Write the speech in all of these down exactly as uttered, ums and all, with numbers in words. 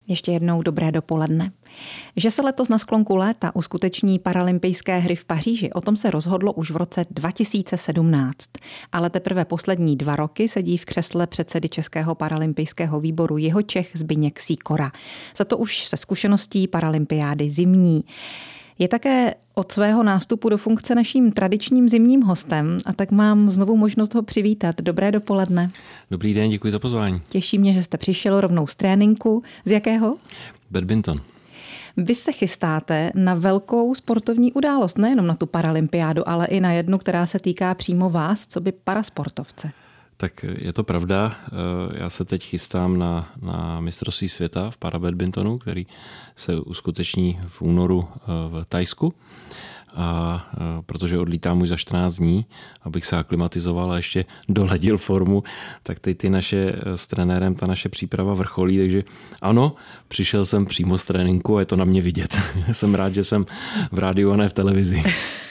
Ještě jednou dobré dopoledne. Že se letos na sklonku léta uskuteční paralympijské hry v Paříži, o tom se rozhodlo už v roce dva tisíce sedmnáct. Ale teprve poslední dva roky sedí v křesle předsedy Českého paralympijského výboru Jihočech Zbyněk Sýkora. Za to už se zkušeností paralympiády zimní. Je také od svého nástupu do funkce naším tradičním zimním hostem a tak mám znovu možnost ho přivítat. Dobré dopoledne. Dobrý den, děkuji za pozvání. Těší mě, že jste přišel rovnou z tréninku. Z jakého? Badminton. Vy se chystáte na velkou sportovní událost, nejenom na tu paralympiádu, ale i na jednu, která se týká přímo vás, co by parasportovce. Tak je to pravda. Já se teď chystám na, na mistrovství světa v parabadmintonu, který se uskuteční v únoru v Thajsku. A protože odlítám už za čtrnáct dní, abych se aklimatizoval a ještě doladil formu, tak teď ty naše s trenérem, ta naše příprava vrcholí, takže ano, přišel jsem přímo z tréninku a je to na mě vidět. Jsem rád, že jsem v rádiu a ne v televizi.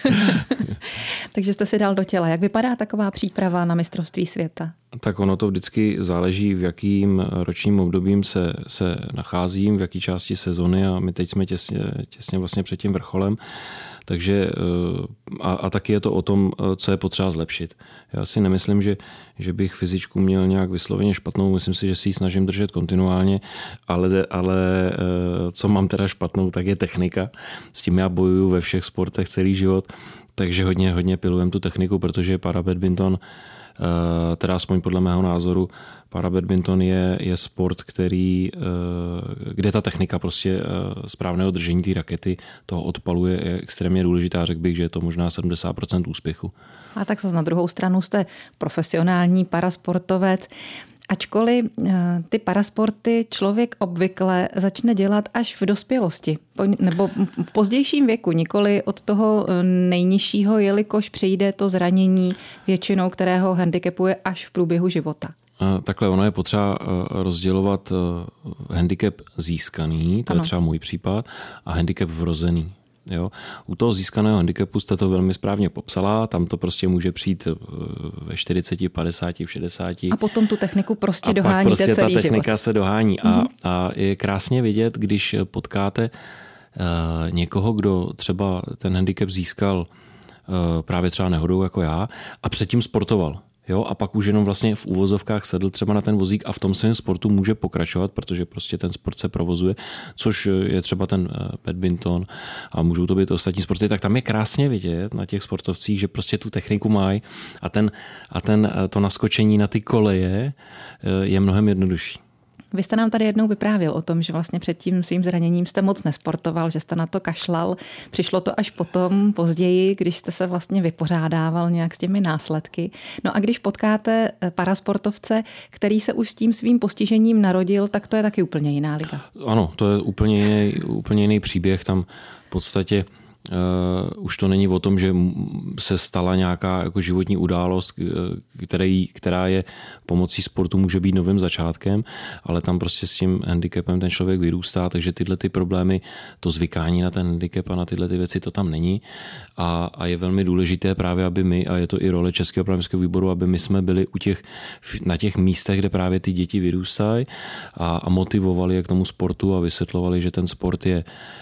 Takže jste si dal do těla. Jak vypadá taková příprava na mistrovství světa? Tak ono to vždycky záleží, v jakým ročním obdobím se, se nacházím, v jaký části sezony a my teď jsme těsně, těsně vlastně před tím vrcholem. Takže a, a taky je to o tom, co je potřeba zlepšit. Já si nemyslím, že, že bych fyzičku měl nějak vysloveně špatnou, myslím si, že si ji snažím držet kontinuálně, ale, ale co mám teda špatnou, tak je technika. S tím já bojuju ve všech sportech celý život, takže hodně, hodně pilujem tu techniku, protože parabadminton, teda aspoň podle mého názoru, parabadminton je, je sport, který, kde ta technika prostě správného držení té rakety, toho odpalu je extrémně důležitá. Řekl bych, že je to možná sedmdesát procent úspěchu. A tak zase na druhou stranu jste profesionální parasportovec. Ačkoliv ty parasporty člověk obvykle začne dělat až v dospělosti nebo v pozdějším věku, nikoli od toho nejnižšího, jelikož přijde to zranění většinou, kterého handicapuje až v průběhu života. Takhle ono je potřeba rozdělovat handicap získaný, to ano. Je třeba můj případ, a handicap vrozený. Jo. U toho získaného handicapu jste to velmi správně popsala, tam to prostě může přijít ve čtyřiceti, padesáti, v šedesáti. A potom tu techniku prostě a doháníte pak prostě celý ta technika život. se dohání. Mm-hmm. A, a je krásně vidět, když potkáte uh, někoho, kdo třeba ten handicap získal uh, právě třeba nehodou jako já a předtím sportoval. Jo, a pak už jenom vlastně v úvozovkách sedl třeba na ten vozík a v tom svém sportu může pokračovat, protože prostě ten sport se provozuje, což je třeba ten badminton a můžou to být ostatní sporty, tak tam je krásně vidět na těch sportovcích, že prostě tu techniku mají a, ten, a ten, to naskočení na ty koleje je mnohem jednodušší. Vy jste nám tady jednou vyprávěl o tom, že vlastně před tím svým zraněním jste moc nesportoval, že jste na to kašlal. Přišlo to až potom, později, když jste se vlastně vypořádával nějak s těmi následky. No a když potkáte parasportovce, který se už s tím svým postižením narodil, tak to je taky úplně jiná liga. Ano, to je úplně jiný, úplně jiný příběh. Tam v podstatě Uh, už to není o tom, že se stala nějaká jako životní událost, který, která je pomocí sportu může být novým začátkem, ale tam prostě s tím handicapem ten člověk vyrůstá, takže tyhle ty problémy, to zvykání na ten handicap a na tyhle ty věci, to tam není. A, a je velmi důležité právě, aby my, a je to i role Českého paralympijského výboru, aby my jsme byli u těch, na těch místech, kde právě ty děti vyrůstají a, a motivovali je k tomu sportu a vysvětlovali, že ten sport je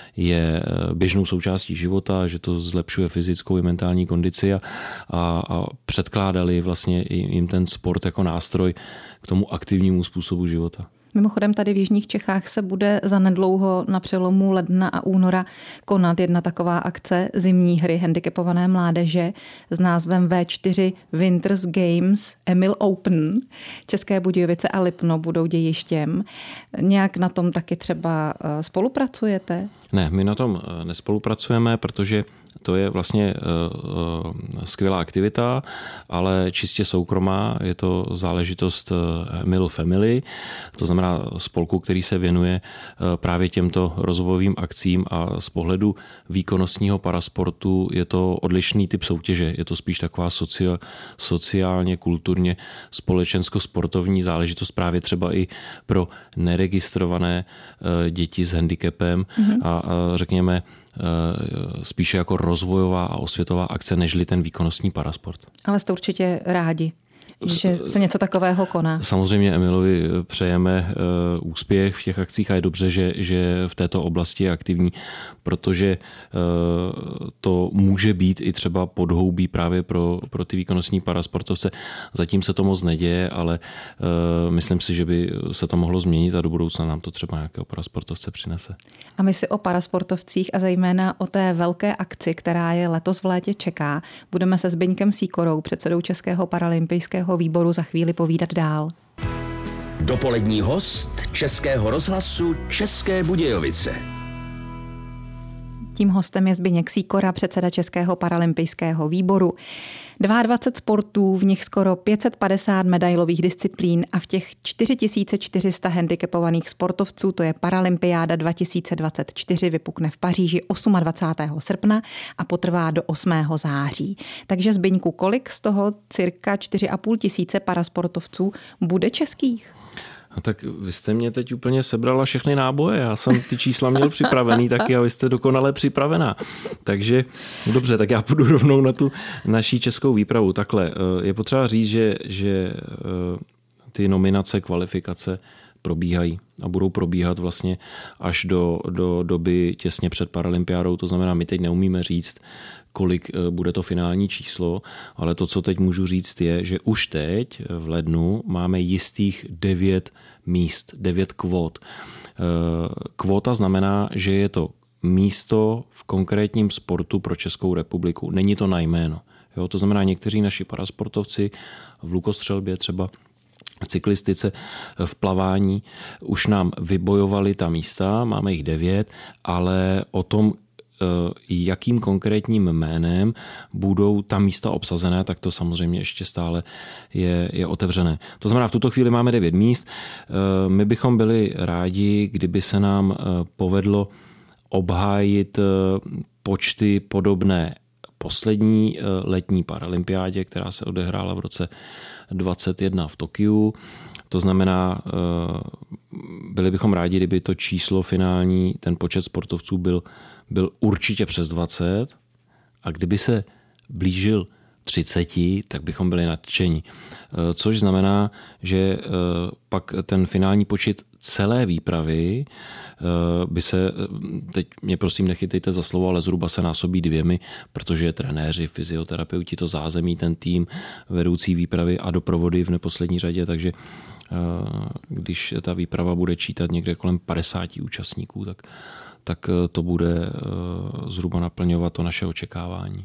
je běžnou součástí života, že to zlepšuje fyzickou i mentální kondici a, a, a předkládali vlastně jim ten sport jako nástroj k tomu aktivnímu způsobu života. Mimochodem tady v jižních Čechách se bude zanedlouho na přelomu ledna a února konat jedna taková akce zimní hry handicapované mládeže s názvem vé čtyři Winters Games Emil Open. České Budějovice a Lipno budou dějištěm. Nějak na tom taky třeba spolupracujete? Ne, my na tom nespolupracujeme, protože to je vlastně uh, skvělá aktivita, ale čistě soukromá. Je to záležitost Emil Family, to znamená spolku, který se věnuje uh, právě těmto rozvojovým akcím a z pohledu výkonnostního parasportu je to odlišný typ soutěže. Je to spíš taková socia, sociálně, kulturně, společensko-sportovní záležitost právě třeba i pro neregistrované uh, děti s handicapem mm-hmm. a, a řekněme spíše jako rozvojová a osvětová akce, nežli ten výkonnostní parasport. Ale jste určitě rádi, že se něco takového koná. Samozřejmě Emilovi přejeme uh, úspěch v těch akcích a je dobře, že, že v této oblasti je aktivní, protože uh, to může být i třeba podhoubí právě pro, pro ty výkonnostní parasportovce. Zatím se to moc neděje, ale uh, myslím si, že by se to mohlo změnit a do budoucna nám to třeba nějakého parasportovce přinese. A my si o parasportovcích a zejména o té velké akci, která je letos v létě čeká, budeme se Zbyňkem Sýkorou, předsedou Českého paralympijského výboru, za chvíli povídat dál. Dopolední host Českého rozhlasu České Budějovice. Tím hostem je Zbyněk Sýkora, předseda Českého paralympijského výboru. dvacet dva sportů, v nich skoro pět set padesát medailových disciplín a v těch čtyři tisíce čtyři sta handicapovaných sportovců, to je Paralympiáda dva tisíce dvacet čtyři, vypukne v Paříži dvacátého osmého srpna a potrvá do osmého září. Takže Zbyňku, kolik z toho cirka čtyři a půl tisíce parasportovců bude českých? No tak vy jste mě teď úplně sebrala všechny náboje. Já jsem ty čísla měl připravený taky a vy jste dokonale připravená. Takže dobře, tak já půjdu rovnou na tu naší českou výpravu. Takhle, je potřeba říct, že, že ty nominace, kvalifikace probíhají a budou probíhat vlastně až do, do doby těsně před paralympiádou. To znamená, my teď neumíme říct, kolik bude to finální číslo, ale to, co teď můžu říct, je, že už teď v lednu máme jistých devět míst, devět kvót. Kvóta znamená, že je to místo v konkrétním sportu pro Českou republiku. Není to na jméno. Jo, to znamená, někteří naši parasportovci v lukostřelbě třeba, v cyklistice, v plavání už nám vybojovali ta místa, máme jich devět, ale o tom, jakým konkrétním jménem budou ta místa obsazené, tak to samozřejmě ještě stále je, je otevřené. To znamená, v tuto chvíli máme devět míst. My bychom byli rádi, kdyby se nám povedlo obhájit počty podobné poslední letní paralympiádě, která se odehrála v roce dvacet jedna v Tokiu. To znamená, byli bychom rádi, kdyby to číslo finální, ten počet sportovců byl, byl určitě přes dvacet a kdyby se blížil třiceti, tak bychom byli nadšení. Což znamená, že pak ten finální počet celé výpravy by se, teď mě prosím nechytejte za slovo, ale zhruba se násobí dvěmi, protože trenéři, fyzioterapeuti, to zázemí, ten tým, vedoucí výpravy a doprovody v neposlední řadě, takže když ta výprava bude čítat někde kolem padesáti účastníků, tak, tak to bude zhruba naplňovat to naše očekávání.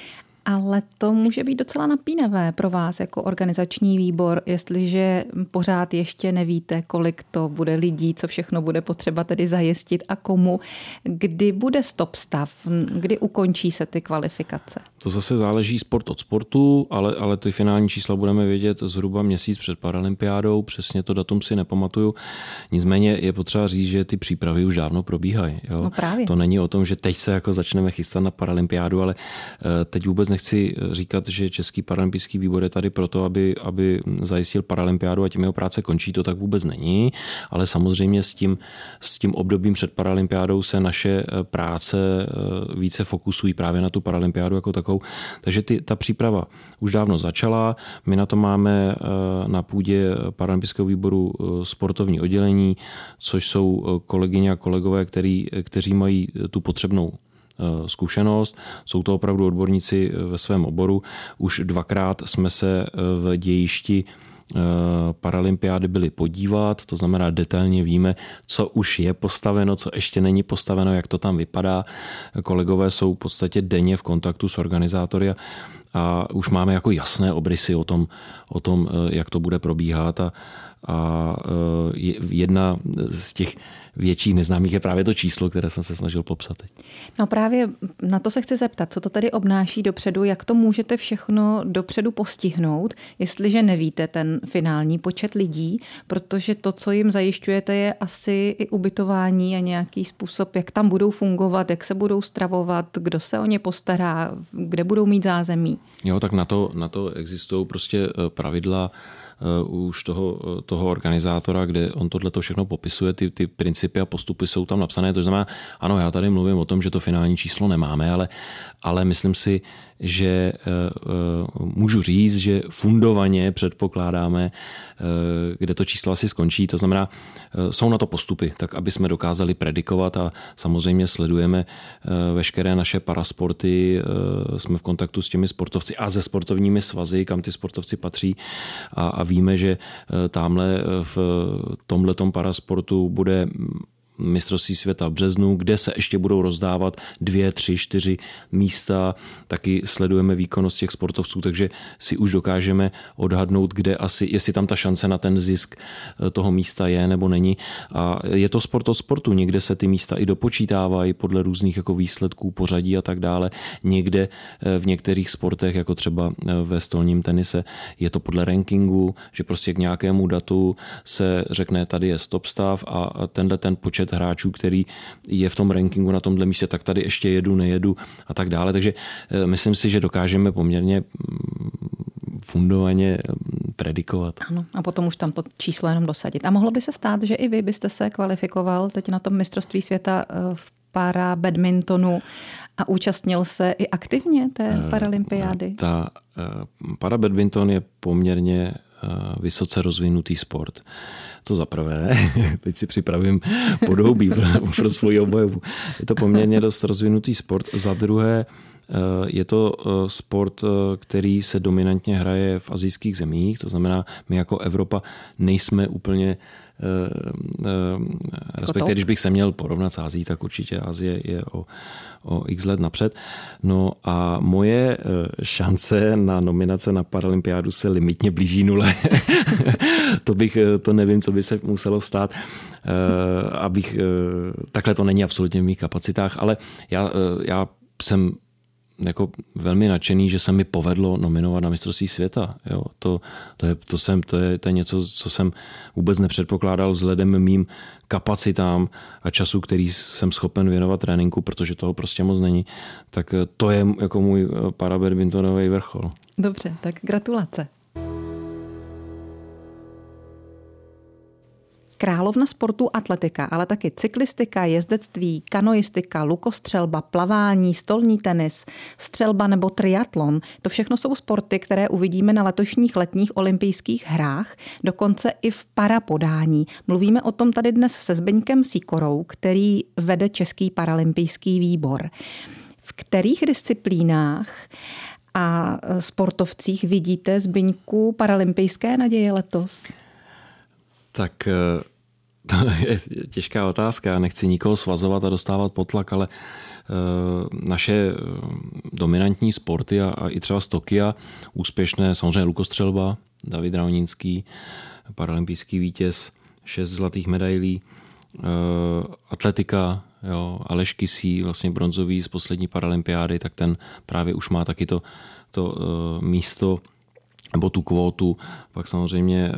Ale to může být docela napínavé pro vás jako organizační výbor, jestliže pořád ještě nevíte, kolik to bude lidí, co všechno bude potřeba tedy zajistit a komu. Kdy bude stop stav? Kdy ukončí se ty kvalifikace? To zase záleží sport od sportu, ale, ale ty finální čísla budeme vědět zhruba měsíc před paralympiádou. Přesně to datum si nepamatuju. Nicméně je potřeba říct, že ty přípravy už dávno probíhají. Jo? No právě. To není o tom, že teď se jako začneme chystat na paralympiádu, ale teď vůbec nechci říkat, že Český paralympijský výbor je tady proto, aby, aby zajistil paralympiádu a tím jeho práce končí, to tak vůbec není, ale samozřejmě s tím, s tím obdobím před paralympiádou se naše práce více fokusují právě na tu paralympiádu jako takovou. Takže ty, ta příprava už dávno začala, my na to máme na půdě paralympijského výboru sportovní oddělení, což jsou kolegyně a kolegové, který, kteří mají tu potřebnou zkušenost. Jsou to opravdu odborníci ve svém oboru. Už dvakrát jsme se v dějišti paralympiády byli podívat, to znamená detailně víme, co už je postaveno, co ještě není postaveno, jak to tam vypadá. Kolegové jsou v podstatě denně v kontaktu s organizátory a, a už máme jako jasné obrysy o tom, o tom, jak to bude probíhat a, a jedna z těch větších neznámých je právě to číslo, které jsem se snažil popsat. No právě na to se chci zeptat, co to tady obnáší dopředu, jak to můžete všechno dopředu postihnout, jestliže nevíte ten finální počet lidí, protože to, co jim zajišťujete, je asi i ubytování a nějaký způsob, jak tam budou fungovat, jak se budou stravovat, kdo se o ně postará, kde budou mít zázemí. Jo, tak na to, na to existují prostě pravidla už toho, toho organizátora, kde on tohleto všechno popisuje, ty, ty principy a postupy jsou tam napsané. To znamená, ano, já tady mluvím o tom, že to finální číslo nemáme, ale, ale myslím si, že můžu říct, že fundovaně předpokládáme, kde to číslo asi skončí. To znamená, jsou na to postupy, tak aby jsme dokázali predikovat a samozřejmě sledujeme veškeré naše parasporty, jsme v kontaktu s těmi sportovci a se sportovními svazy, kam ty sportovci patří a, a víme, že tamhle v tomhletom parasportu bude mistrovství světa v březnu, kde se ještě budou rozdávat dvě, tři, čtyři místa. Taky sledujeme výkonnost těch sportovců, takže si už dokážeme odhadnout, kde asi, jestli tam ta šance na ten zisk toho místa je nebo není. A je to sport od sportu. Někde se ty místa i dopočítávají podle různých jako výsledků, pořadí a tak dále. Někde v některých sportech, jako třeba ve stolním tenise, je to podle rankingu, že prostě k nějakému datu se řekne, tady je stop stav a tenhle ten počet hráčů, který je v tom rankingu na tomhle místě, tak tady ještě jedu, nejedu a tak dále. Takže myslím si, že dokážeme poměrně fundovaně predikovat. Ano, a potom už tam to číslo jenom dosadit. A mohlo by se stát, že i vy byste se kvalifikoval teď na tom mistrovství světa v para badmintonu a účastnil se i aktivně té paralympiády? Ta para badminton je poměrně vysoce rozvinutý sport. To za prvé, teď si připravím podhoubí pro, pro svoji obhajobu. Je to poměrně dost rozvinutý sport. Za druhé, je to sport, který se dominantně hraje v asijských zemích, to znamená, my jako Evropa nejsme úplně, respektive když bych se měl porovnat s Asií, tak určitě Asie je o, o x let napřed. No a moje šance na nominace na paralympiádu se limitně blíží nule. to bych, to nevím, co by se muselo stát, abych, takhle to není absolutně v mých kapacitách, ale já, já jsem jako velmi nadšený, že se mi povedlo nominovat na mistrovství světa. Jo, to, to, je, to, jsem, to, je, to je něco, co jsem vůbec nepředpokládal vzhledem mým kapacitám a času, který jsem schopen věnovat tréninku, protože toho prostě moc není. Tak to je jako můj parabadmintonový vrchol. Dobře, tak gratulace. Královna sportu atletika, ale taky cyklistika, jezdectví, kanoistika, lukostřelba, plavání, stolní tenis, střelba nebo triatlon. To všechno jsou sporty, které uvidíme na letošních letních olympijských hrách, dokonce i v parapodání. Mluvíme o tom tady dnes se Zbyňkem Sýkorou, který vede Český paralympijský výbor. V kterých disciplínách a sportovcích vidíte, Zbyňku, paralympijské naděje letos? Tak to je těžká otázka. Nechci nikoho svazovat a dostávat pod tlak, ale naše dominantní sporty a i třeba z Tokia úspěšné, samozřejmě lukostřelba, David Raunínský, paralympijský vítěz, šest zlatých medailí, atletika, jo, Aleš Kysí, vlastně bronzový z poslední paralympiády, tak ten právě už má taky to, to místo nebo tu kvótu, pak samozřejmě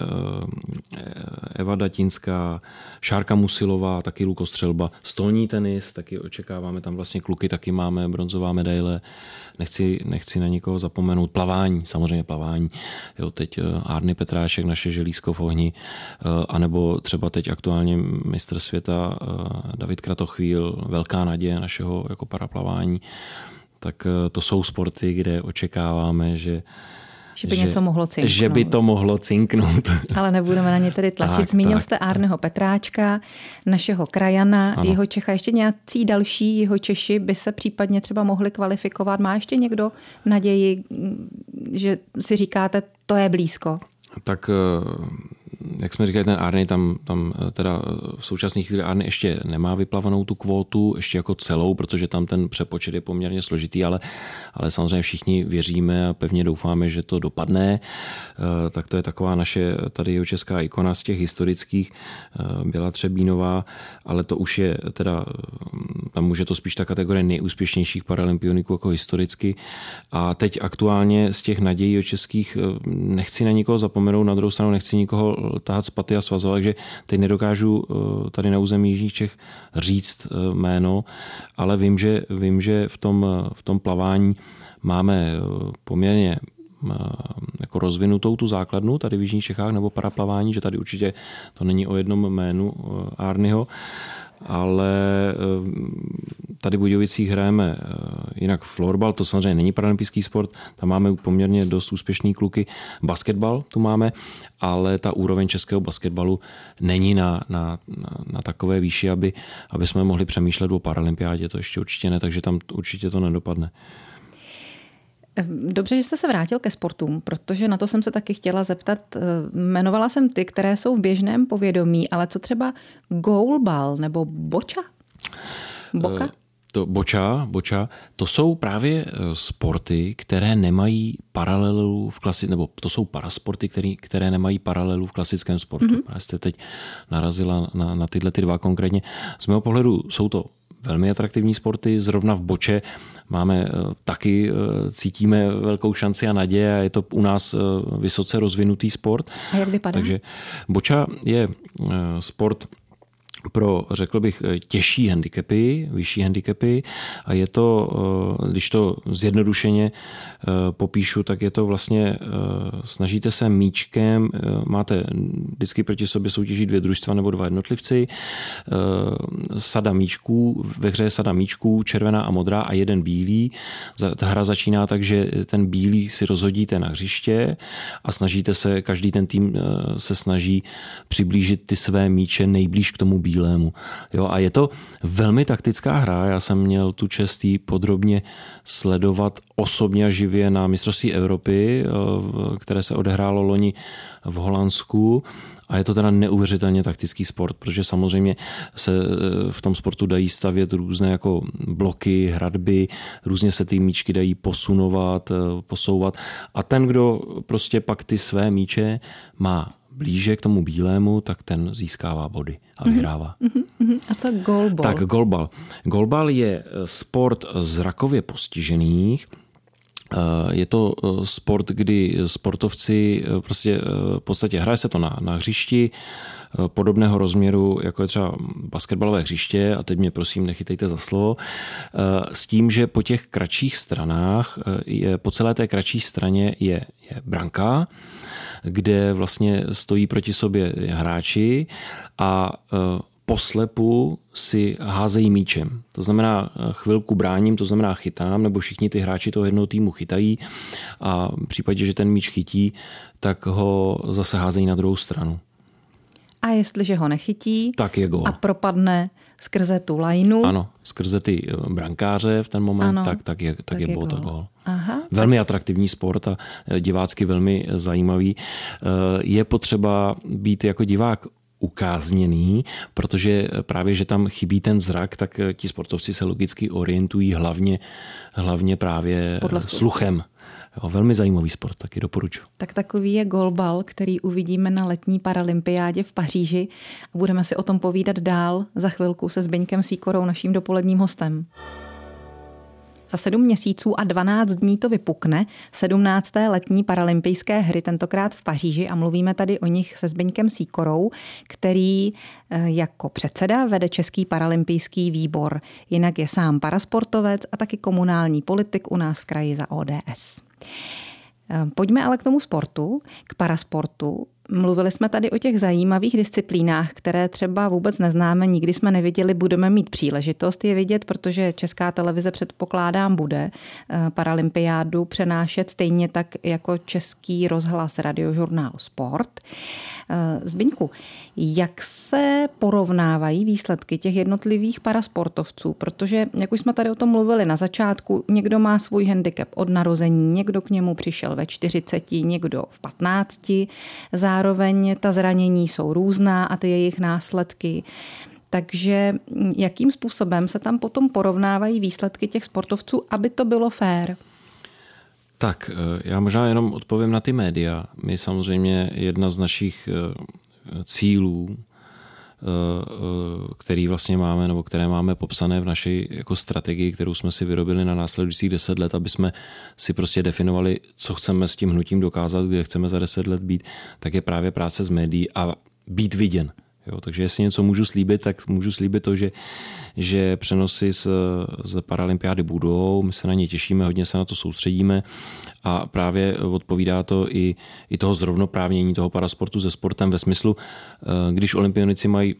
Eva Datinská, Šárka Musilová, taky lukostřelba, stolní tenis, taky očekáváme, tam vlastně kluky taky máme, bronzová medaile, nechci, nechci na nikoho zapomenout, plavání, samozřejmě plavání, jo, teď Árny Petráček, naše želízko v ohni, anebo třeba teď aktuálně mistr světa David Kratochvíl, velká naděje našeho jako paraplavání, tak to jsou sporty, kde očekáváme, že Že by že, něco mohlo cinknout. Že by to mohlo cinknout. Ale nebudeme na ně tedy tlačit. Tak, Zmínil tak, jste Árneho Petráčka, našeho krajana, ano. Jeho Čecha. Ještě nějací další jeho Češi by se případně třeba mohli kvalifikovat. Má ještě někdo naději, že si říkáte, to je blízko? Tak jak jsme říkali, ten Árny tam, tam teda v současné chvíli Árny ještě nemá vyplavenou tu kvótu, ještě jako celou, protože tam ten přepočet je poměrně složitý, ale, ale samozřejmě všichni věříme a pevně doufáme, že to dopadne. Tak to je taková naše tady jeho česká ikona z těch historických, Běla Třebínová, ale to už je teda, tam může to spíš ta kategorie nejúspěšnějších paralympioniků jako historicky. A teď aktuálně z těch nadějí českých nechci na nikoho zapomenout, na druhou stranu nechci nikoho tahat z paty a svazovat, takže teď nedokážu tady na území Jižních Čech říct jméno, ale vím, že, vím, že v tom, v tom plavání máme poměrně jako rozvinutou tu základnu tady v Jižních Čechách nebo paraplavání, že tady určitě to není o jednom jménu Árnyho, ale tady v Budějovicích hrajeme jinak florbal, to samozřejmě není paralympijský sport, tam máme poměrně dost úspěšný kluky. Basketbal tu máme, ale ta úroveň českého basketbalu není na, na, na, na takové výši, aby, aby jsme mohli přemýšlet o paralympiádě, to ještě určitě ne, takže tam určitě to nedopadne. Dobře, že jste se vrátil ke sportům, protože na to jsem se taky chtěla zeptat. Jmenovala jsem ty, které jsou v běžném povědomí, ale co třeba goalball nebo boča? Boka? To boča, boča, to jsou právě sporty, které nemají paralelu v klasi, nebo to jsou parasporty, které, které nemají paralelu v klasickém sportu. Mm-hmm. Jste teď narazila na, na tyhle ty dva konkrétně. Z mého pohledu jsou to velmi atraktivní sporty, zrovna v boče máme taky, cítíme velkou šanci a naděje a je to u nás vysoce rozvinutý sport. A jak vypadá? Takže boča je sport pro, řekl bych, těžší handicapy, vyšší handicapy a je to, když to zjednodušeně popíšu, tak je to vlastně, snažíte se míčkem, máte vždycky proti sobě soutěží dvě družstva nebo dva jednotlivci, sada míčků, ve hře je sada míčků, červená a modrá a jeden bílý. Ta hra začíná tak, že ten bílý si rozhodíte na hřiště a snažíte se, každý ten tým se snaží přiblížit ty své míče nejblíž k tomu bílému. Jo, a je to velmi taktická hra. Já jsem měl tu čest jí podrobně sledovat osobně a živě na mistrovství Evropy, které se odehrálo loni v Holandsku. A je to teda neuvěřitelně taktický sport, protože samozřejmě se v tom sportu dají stavět různé jako bloky, hradby, různě se ty míčky dají posunovat, posouvat. A ten, kdo prostě pak ty své míče má blíže k tomu bílému, tak ten získává body a vyhrává. Mm-hmm. A co goalball? Tak goalball. Goalball je sport zrakově postižených. Je to sport, kdy sportovci prostě v podstatě hraje se to na, na hřišti podobného rozměru, jako je třeba basketbalové hřiště, a teď mě prosím nechytejte za slovo, s tím, že po těch kratších stranách, je, po celé té kratší straně je, je branka, kde vlastně stojí proti sobě hráči a poslepu si házejí míčem. To znamená chvilku bráním, to znamená chytám, nebo všichni ty hráči toho jednoho týmu chytají a v případě, že ten míč chytí, tak ho zase házejí na druhou stranu. A jestliže ho nechytí tak je gól. A propadne skrze tu lajnu. Ano, skrze ty brankáře v ten moment, ano, tak, tak je, tak tak je, je bod a gól. Aha. Velmi atraktivní sport a divácky velmi zajímavý. Je potřeba být jako divák ukázněný, protože právě, že tam chybí ten zrak, tak ti sportovci se logicky orientují hlavně, hlavně právě sluchem. Jo, velmi zajímavý sport, taky doporučuji. Tak takový je goalball, který uvidíme na letní paralympiádě v Paříži a budeme si o tom povídat dál za chvilku se Zbyňkem Sýkorou, naším dopoledním hostem. Za sedm měsíců a dvanáct dní to vypukne, sedmnácté letní paralympijské hry, tentokrát v Paříži, a mluvíme tady o nich se Zbyňkem Sýkorou, který jako předseda vede Český paralympijský výbor. Jinak je sám parasportovec a taky komunální politik u nás v kraji za O D S. Pojďme ale k tomu sportu, k parasportu. Mluvili jsme tady o těch zajímavých disciplínách, které třeba vůbec neznáme, nikdy jsme neviděli, budeme mít příležitost je vidět, protože Česká televize, předpokládám, bude paralympiádu přenášet stejně tak jako Český rozhlas, Radiožurnál Sport. Zbyňku, jak se porovnávají výsledky těch jednotlivých parasportovců? Protože, jak už jsme tady o tom mluvili na začátku, někdo má svůj handicap od narození, někdo k němu přišel ve čtyřiceti, někdo v patnácti. Zároveň ta zranění jsou různá a ty jejich následky. Takže jakým způsobem se tam potom porovnávají výsledky těch sportovců, aby to bylo fér? Tak, já možná jenom odpovím na ty média. My samozřejmě jedna z našich cílů, který vlastně máme, nebo které máme popsané v naší jako strategii, kterou jsme si vyrobili na následujících deset let, aby jsme si prostě definovali, co chceme s tím hnutím dokázat, kde chceme za deset let být, tak je právě práce s médií a být viděn. Jo, takže jestli něco můžu slíbit, tak můžu slíbit to, že, že přenosy z, z paralympiády budou, my se na ně těšíme, hodně se na to soustředíme a právě odpovídá to i, i toho zrovnoprávnění toho parasportu se sportem ve smyslu, když olympionici mají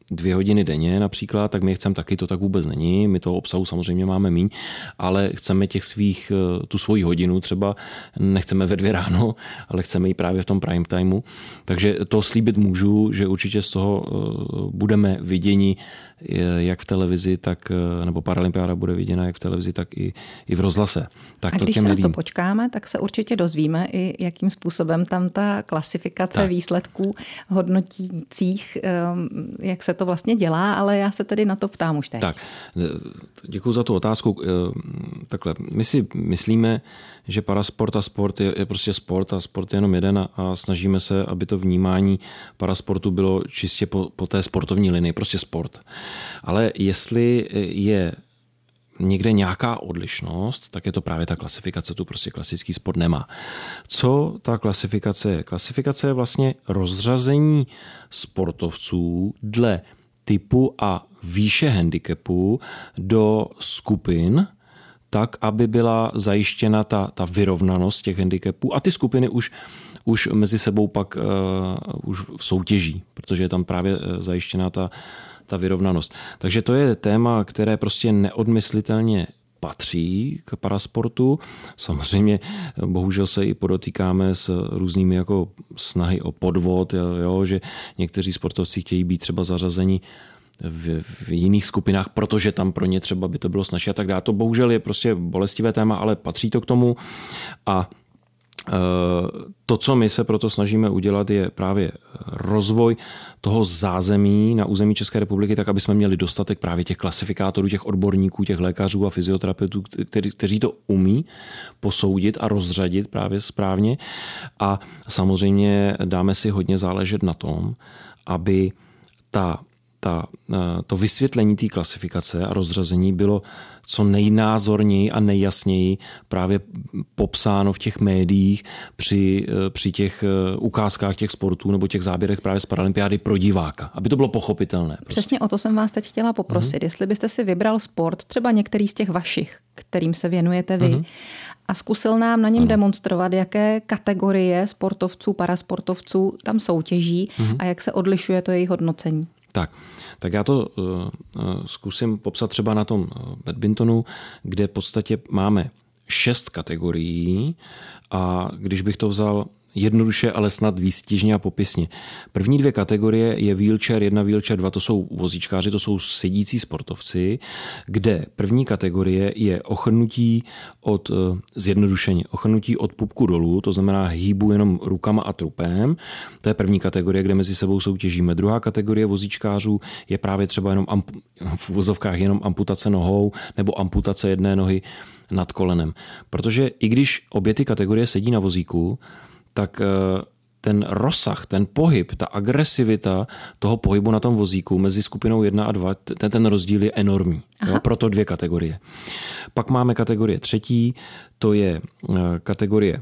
dvě hodiny denně například, tak my chceme taky, to tak vůbec není, my toho obsahu samozřejmě máme míň, ale chceme těch svých, tu svoji hodinu třeba, nechceme ve dvě ráno, ale chceme ji právě v tom prime timeu, takže to slíbit můžu, že určitě z toho budeme viděni jak v televizi, tak, nebo Paralympiáda bude viděna jak v televizi, tak i, i v rozhlase. Tak a to když se na médiím. to počkáme, tak se určitě dozvíme i jakým způsobem tam ta klasifikace tak. výsledků hodnotících, jak se to vlastně dělá, ale já se tedy na to ptám už teď. Tak, děkuji za tu otázku. Takhle, my si myslíme, že parasport a sport je, je prostě sport a sport je jenom jeden a, a snažíme se, aby to vnímání parasportu bylo čistě po, po té sportovní linii, prostě sport. Ale jestli je někde nějaká odlišnost, tak je to právě ta klasifikace, tu prostě klasický sport nemá. Co ta klasifikace je? Klasifikace je vlastně rozřazení sportovců dle typu a výše handicapu do skupin, tak, aby byla zajištěna ta, ta vyrovnanost těch handicapů a ty skupiny už, už mezi sebou pak uh, už soutěží, protože je tam právě zajištěna ta, ta vyrovnanost. Takže to je téma, které prostě neodmyslitelně patří k parasportu. Samozřejmě bohužel se i podotýkáme s různými jako snahy o podvod, jo, že někteří sportovci chtějí být třeba zařazeni v, v jiných skupinách, protože tam pro ně třeba by to bylo snazší a tak dále. To bohužel je prostě bolestivé téma, ale patří to k tomu a to, co my se proto snažíme udělat, je právě rozvoj toho zázemí na území České republiky, tak aby jsme měli dostatek právě těch klasifikátorů, těch odborníků, těch lékařů a fyzioterapeutů, kteří, kteří to umí posoudit a rozřadit právě správně. A samozřejmě dáme si hodně záležet na tom, aby ta Ta, to vysvětlení té klasifikace a rozřazení bylo co nejnázorněji a nejjasněji právě popsáno v těch médiích při, při těch ukázkách těch sportů nebo těch záběrech právě z Paralympiády pro diváka, aby to bylo pochopitelné. Prostě. Přesně o to jsem vás teď chtěla poprosit. Uh-huh. Jestli byste si vybral sport, třeba některý z těch vašich, kterým se věnujete vy, uh-huh. a zkusil nám na něm uh-huh. demonstrovat, jaké kategorie sportovců, parasportovců tam soutěží uh-huh. a jak se odlišuje to jejich hodnocení. Tak, tak já to uh, uh, zkusím popsat třeba na tom badmintonu, kde v podstatě máme šest kategorií a když bych to vzal jednoduše, ale snad výstižně a popisně. První dvě kategorie je wheelchair jedna, wheelchair dva, to jsou vozíčkáři, to jsou sedící sportovci, kde první kategorie je ochrnutí od, zjednodušeně, ochrnutí od pupku dolů, to znamená hýbu jenom rukama a trupem. To je první kategorie, kde mezi sebou soutěžíme. Druhá kategorie vozíčkářů je právě třeba jenom ampu, v uvozovkách jenom amputace nohou nebo amputace jedné nohy nad kolenem. Protože i když obě ty kategorie sedí na vozíku, tak ten rozsah, ten pohyb, ta agresivita toho pohybu na tom vozíku mezi skupinou jedna a dva, ten, ten rozdíl je enormní. Jo, proto dvě kategorie. Pak máme kategorie třetí, to je kategorie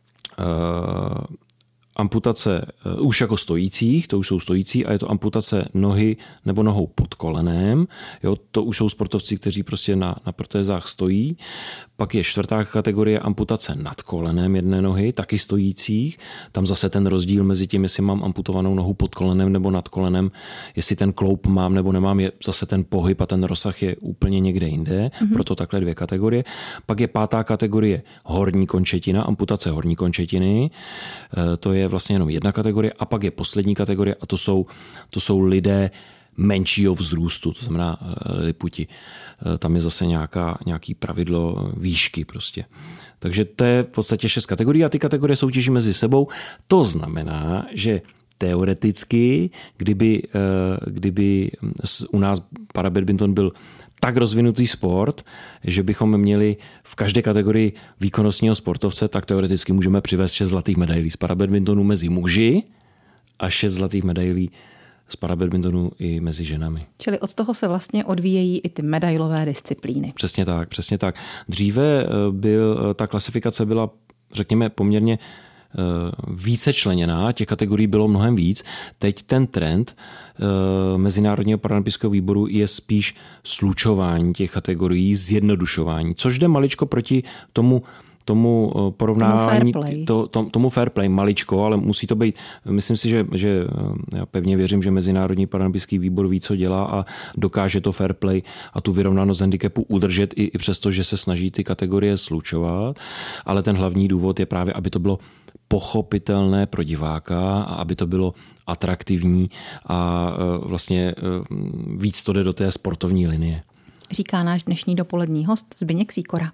uh, amputace uh, už jako stojících, to už jsou stojící a je to amputace nohy nebo nohou pod kolenem. Jo, to už jsou sportovci, kteří prostě na, na protézách stojí. Pak je čtvrtá kategorie amputace nad kolenem jedné nohy, taky stojících. Tam zase ten rozdíl mezi tím, jestli mám amputovanou nohu pod kolenem nebo nad kolenem, jestli ten kloup mám nebo nemám, je zase ten pohyb a ten rozsah je úplně někde jinde. Mm-hmm. Proto takhle dvě kategorie. Pak je pátá kategorie horní končetina, amputace horní končetiny. To je vlastně jenom jedna kategorie. A pak je poslední kategorie a to jsou, to jsou lidé menšího vzrůstu, to znamená liputi. Tam je zase nějaká, nějaký pravidlo výšky prostě. Takže to je v podstatě šest kategorií a ty kategorie soutěží mezi sebou. To znamená, že teoreticky, kdyby, kdyby u nás parabadminton byl tak rozvinutý sport, že bychom měli v každé kategorii výkonnostního sportovce, tak teoreticky můžeme přivést šest zlatých medailí z parabadmintonu mezi muži a šest zlatých medailí z parabadmintonu i mezi ženami. Čili od toho se vlastně odvíjejí i ty medailové disciplíny. Přesně tak, přesně tak. Dříve byl, ta klasifikace byla, řekněme, poměrně více členěná, těch kategorií bylo mnohem víc. Teď ten trend Mezinárodního paralympijského výboru je spíš slučování těch kategorií, zjednodušování, což jde maličko proti tomu tomu porovnání, tomu fair play. To, to, tomu fair play maličko, ale musí to být, myslím si, že, že já pevně věřím, že Mezinárodní paralympijský výbor ví, co dělá a dokáže to fair play a tu vyrovnanost handicapu udržet i, i přesto, že se snaží ty kategorie slučovat, ale ten hlavní důvod je právě, aby to bylo pochopitelné pro diváka a aby to bylo atraktivní a vlastně víc to jde do té sportovní linie. Říká náš dnešní dopolední host Zbyněk Sýkora.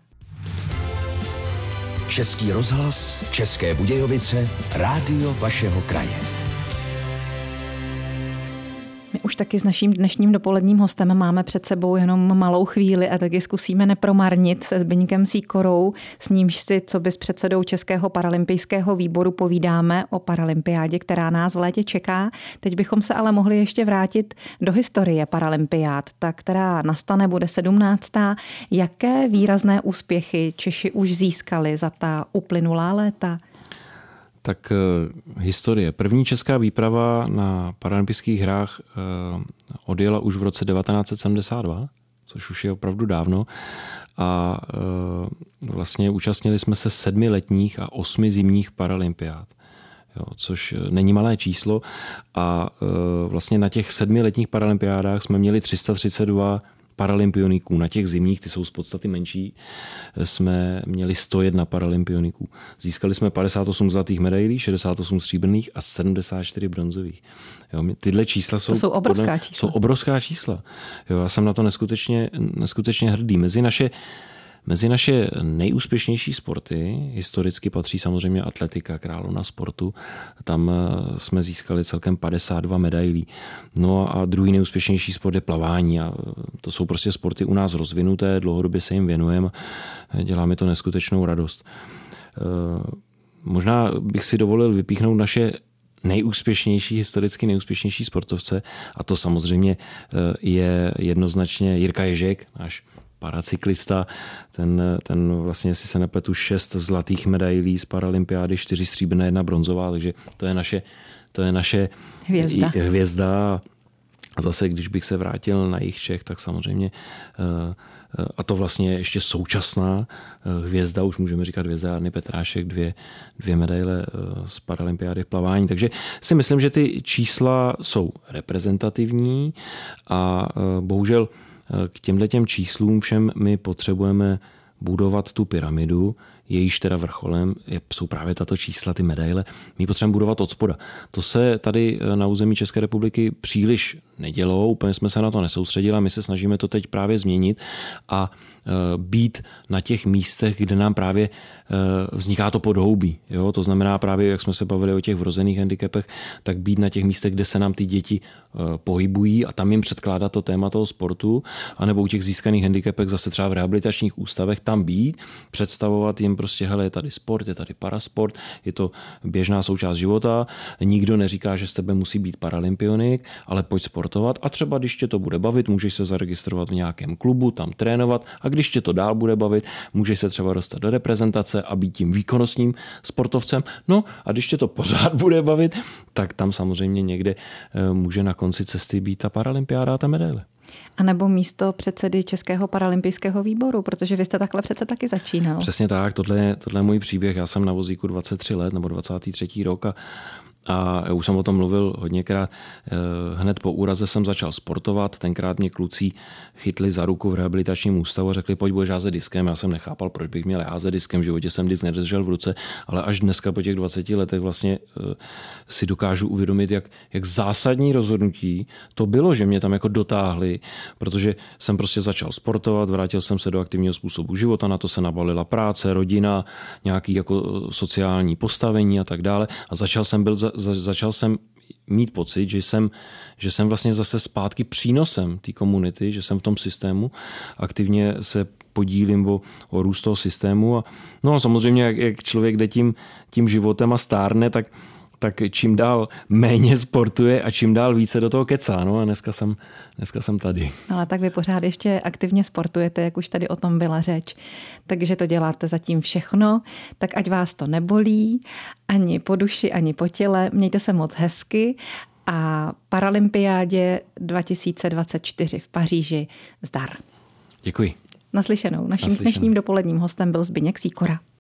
Český rozhlas, České Budějovice, rádio vašeho kraje. My už taky s naším dnešním dopoledním hostem máme před sebou jenom malou chvíli a taky zkusíme nepromarnit se Zbyňkem Sýkorou, s nímž si, co by s předsedou Českého paralympijského výboru povídáme o paralympiádě, která nás v létě čeká. Teď bychom se ale mohli ještě vrátit do historie paralympiád, ta, která nastane, bude sedmnáctá. Jaké výrazné úspěchy Češi už získali za ta uplynulá léta? Tak historie. První česká výprava na paralympijských hrách odjela už v roce devatenáct set sedmdesát dva, což už je opravdu dávno. A vlastně účastnili jsme se sedmi letních a osmi zimních paralympiád, jo, což není malé číslo. A vlastně na těch sedmi letních paralympiádách jsme měli tři sta třicet dva paralympioniků. Na těch zimních, ty jsou z podstaty menší, jsme měli sto jedna paralympioniků. Získali jsme padesát osm zlatých medailí, šedesát osm stříbrných a sedmdesát čtyři bronzových. Jo, tyhle čísla jsou, to jsou obrovská podle, čísla. Jsou obrovská čísla. Jo, já jsem na to neskutečně, neskutečně hrdý. Mezi naše Mezi naše nejúspěšnější sporty historicky patří samozřejmě atletika, královna sportu. Tam jsme získali celkem padesát dva medailí. No a druhý nejúspěšnější sport je plavání. A to jsou prostě sporty u nás rozvinuté, dlouhodobě se jim věnujeme. Dělá mi to neskutečnou radost. Možná bych si dovolil vypíchnout naše nejúspěšnější, historicky nejúspěšnější sportovce. A to samozřejmě je jednoznačně Jirka Ježek, náš paracyklista, ten, ten vlastně, jestli se nepletu, šest zlatých medailí z paralympiády, čtyři stříbrné, jedna bronzová, takže to je naše, to je naše hvězda. hvězda. A zase, když bych se vrátil na jih Čech, tak samozřejmě, a to vlastně ještě současná hvězda, už můžeme říkat hvězda Jarny Petrášek, dvě, dvě medaile z paralympiády v plavání. Takže si myslím, že ty čísla jsou reprezentativní a bohužel k těmhletěm číslům všem my potřebujeme budovat tu pyramidu, jejíž teda vrcholem jsou právě tato čísla, ty medaile. My potřebujeme budovat od spoda. To se tady na území České republiky příliš nedělo, úplně jsme se na to nesoustředili a my se snažíme to teď právě změnit a být na těch místech, kde nám právě vzniká to podhoubí. Jo? To znamená právě, jak jsme se bavili o těch vrozených handicapech, tak být na těch místech, kde se nám ty děti pohybují a tam jim předkládat to téma toho sportu, anebo u těch získaných handicapech zase třeba v rehabilitačních ústavech tam být, představovat jim prostě, hele, je tady sport, je tady parasport, je to běžná součást života, nikdo neříká, že z tebe musí být paralympionik, ale pojď sportovat a třeba když tě to bude bavit, můžeš se zaregistrovat v nějakém klubu, tam trénovat a když tě to dál bude bavit, můžeš se třeba dostat do reprezentace a být tím výkonnostním sportovcem. No a když tě to pořád bude bavit, tak tam samozřejmě někde může na konci cesty být ta paralympiáda a ta medaile. A nebo místo předsedy Českého paralympijského výboru, protože vy jste takhle přece taky začínal. Přesně tak, tohle je, tohle je můj příběh. Já jsem na vozíku dvacet tři let nebo dvacátý třetí rok a A už jsem o tom mluvil hodněkrát. Hned po úraze jsem začal sportovat. Tenkrát mě kluci chytli za ruku v rehabilitačním ústavu a řekli, pojď, budeš házet diskem. Já jsem nechápal, proč bych měl házet diskem. V životě jsem disk nedržel v ruce, ale až dneska po těch dvaceti letech vlastně si dokážu uvědomit, jak, jak zásadní rozhodnutí to bylo, že mě tam jako dotáhli, protože jsem prostě začal sportovat, vrátil jsem se do aktivního způsobu života, na to se nabalila práce, rodina, nějaký jako sociální postavení a tak dále. A začal jsem byl za, za, začal jsem mít pocit, že jsem, že jsem vlastně zase zpátky přínosem té komunity, že jsem v tom systému aktivně se podílím o, o růst toho systému. A, no a samozřejmě, jak, jak člověk jde tím, tím životem a stárne, tak, tak čím dál méně sportuje a čím dál více do toho kecá. No a dneska jsem, dneska jsem tady. Ale tak vy pořád ještě aktivně sportujete, jak už tady o tom byla řeč. Takže to děláte zatím všechno, tak ať vás to nebolí, ani po duši, ani po těle. Mějte se moc hezky a Paralympiádě dva tisíce dvacet čtyři v Paříži zdar. Děkuji. Naslyšenou. Naším Naslyšenou. dnešním dopoledním hostem byl Zbyněk Sýkora.